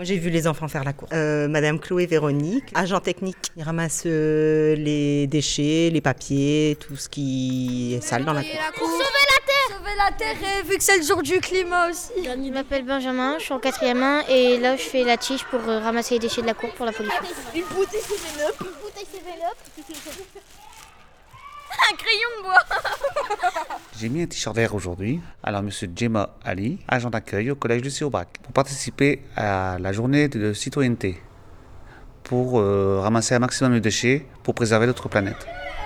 Moi, j'ai vu les enfants faire la course. Madame Chloé Véronique, agent technique. Ils ramassent les déchets, les papiers, tout ce qui est sale dans la cour. Pour sauver la terre et vu que c'est le jour du climat aussi. Je m'appelle Benjamin, je suis en 4e et là je fais la tige pour ramasser les déchets de la cour pour la pollution. Une bouteille Seven-Up. Un crayon de bois. J'ai mis un t-shirt vert aujourd'hui. Alors, monsieur Djema Ali, agent d'accueil au collège Lucie Aubrac, pour participer à la journée de citoyenneté, pour ramasser un maximum de déchets pour préserver notre planète.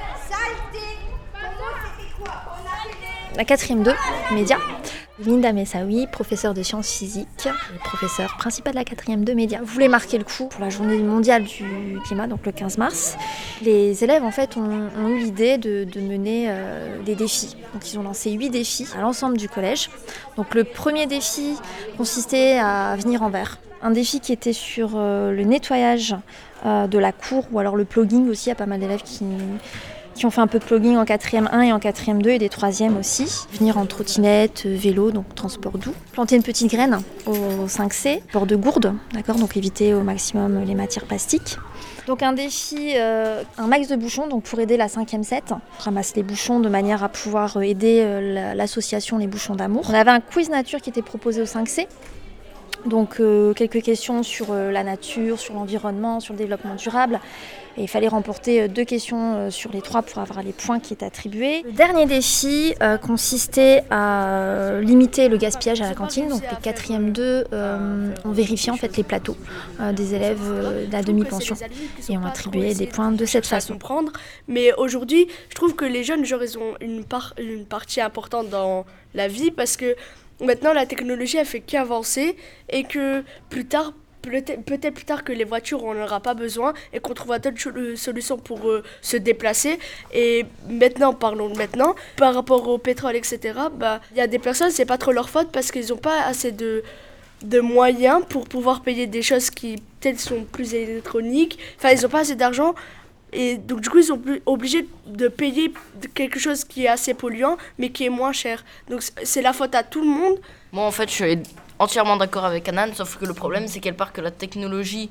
La 4e 2, médias. Linda Messaoui, professeure de sciences physiques et professeure principale de la 4e 2 médias, voulait marquer le coup pour la journée mondiale du climat, donc le 15 mars. Les élèves en fait ont eu l'idée de mener des défis. Donc ils ont lancé 8 défis à l'ensemble du collège. Donc le premier défi consistait à venir en vert. Un défi qui était sur le nettoyage de la cour ou alors le plugging aussi. Il y a pas mal d'élèves qui ont fait un peu de plugging en 4e 1 et en 4e 2 et des 3e aussi. Venir en trottinette, vélo, donc transport doux. Planter une petite graine au 5C, bord de gourde, d'accord, donc éviter au maximum les matières plastiques. Donc un défi, un max de bouchons donc pour aider la 5e 7. On ramasse les bouchons de manière à pouvoir aider l'association Les Bouchons d'Amour. On avait un quiz nature qui était proposé au 5C. Donc quelques questions sur la nature, sur l'environnement, sur le développement durable. Et il fallait remporter 2 questions sur les 3 pour avoir les points qui étaient attribués. Le dernier défi consistait à limiter le gaspillage à la cantine. Donc les 4e 2 ont vérifié en fait les plateaux des élèves de la demi-pension et ont attribué des points de cette façon. Mais aujourd'hui, je trouve que les jeunes, genre, ils ont une partie importante dans la vie parce que maintenant, la technologie, elle fait qu'avancer et que plus tard, peut-être plus tard que les voitures, on n'en aura pas besoin et qu'on trouvera d'autres solutions pour se déplacer. Et maintenant, parlons de maintenant, par rapport au pétrole, etc., y a des personnes, c'est pas trop leur faute parce qu'ils n'ont pas assez de moyens pour pouvoir payer des choses qui peut-être sont plus électroniques. Enfin, ils n'ont pas assez d'argent. Et donc du coup, ils sont obligés de payer quelque chose qui est assez polluant, mais qui est moins cher. Donc c'est la faute à tout le monde. Moi, en fait, je suis entièrement d'accord avec Anan, sauf que le problème, c'est qu'elle part que la technologie,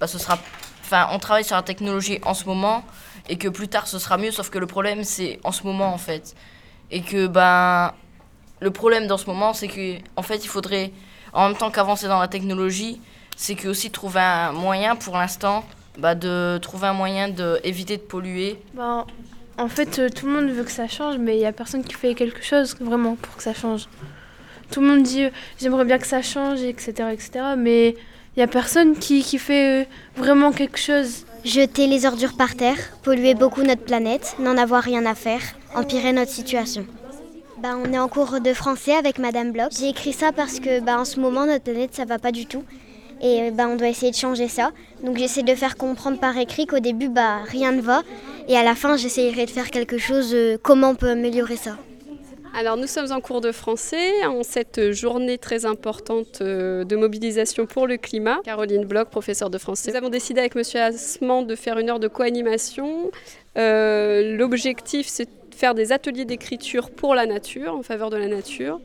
on travaille sur la technologie en ce moment, et que plus tard, ce sera mieux, sauf que le problème, c'est en ce moment, en fait. Et que, le problème dans ce moment, c'est que, en fait, il faudrait, en même temps qu'avancer dans la technologie, c'est que aussi trouver un moyen, pour l'instant, de trouver un moyen d'éviter de polluer. En fait, tout le monde veut que ça change, mais il n'y a personne qui fait quelque chose vraiment pour que ça change. Tout le monde dit j'aimerais bien que ça change, etc., mais il n'y a personne qui fait vraiment quelque chose. Jeter les ordures par terre, polluer beaucoup notre planète, n'en avoir rien à faire, empirer notre situation. On est en cours de français avec Madame Bloch. J'ai écrit ça parce que en ce moment, notre planète, ça va pas du tout. Et on doit essayer de changer ça. Donc j'essaie de faire comprendre par écrit qu'au début, rien ne va. Et à la fin, j'essaierai de faire quelque chose, comment on peut améliorer ça. Alors nous sommes en cours de français, en cette journée très importante de mobilisation pour le climat. Caroline Bloch, professeure de français. Nous avons décidé avec Monsieur Assman de faire une heure de co-animation. L'objectif, c'est de faire des ateliers d'écriture pour la nature, en faveur de la nature.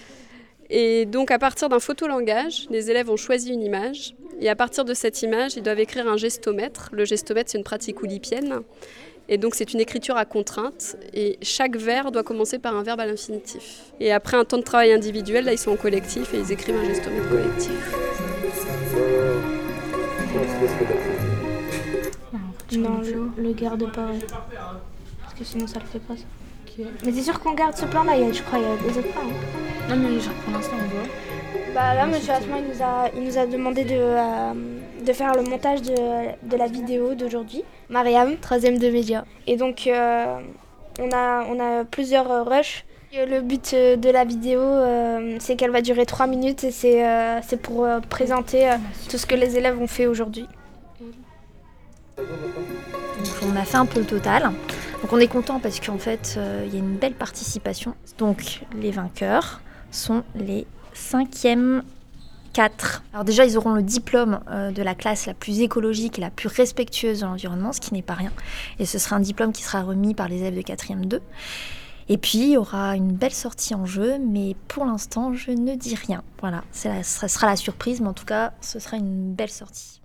Et donc à partir d'un photolangage, les élèves ont choisi une image et à partir de cette image, ils doivent écrire un gestomètre. Le gestomètre, c'est une pratique oulipienne et donc c'est une écriture à contrainte et chaque vers doit commencer par un verbe à l'infinitif. Et après un temps de travail individuel, là ils sont en collectif et ils écrivent un gestomètre collectif. Non, le garde pas, parce que sinon ça le fait pas ça. Mais c'est sûr qu'on garde ce plan-là, je crois, il y a des autres plans. Non mais pour l'instant on voit. Là, M. Assman, il nous a demandé de faire le montage de la vidéo d'aujourd'hui. Mariam, 3e de médias. Et donc, on a plusieurs rushs. Le but de la vidéo, c'est qu'elle va durer 3 minutes et c'est pour présenter tout ce que les élèves ont fait aujourd'hui. Donc, on a fait un peu le total. Donc on est content parce qu'en fait, il y a une belle participation. Donc les vainqueurs sont les 5e 4. Alors déjà, ils auront le diplôme de la classe la plus écologique et la plus respectueuse de l'environnement, ce qui n'est pas rien. Et ce sera un diplôme qui sera remis par les élèves de 4e 2. Et puis il y aura une belle sortie en jeu, mais pour l'instant je ne dis rien. Voilà, ça sera la surprise, mais en tout cas ce sera une belle sortie.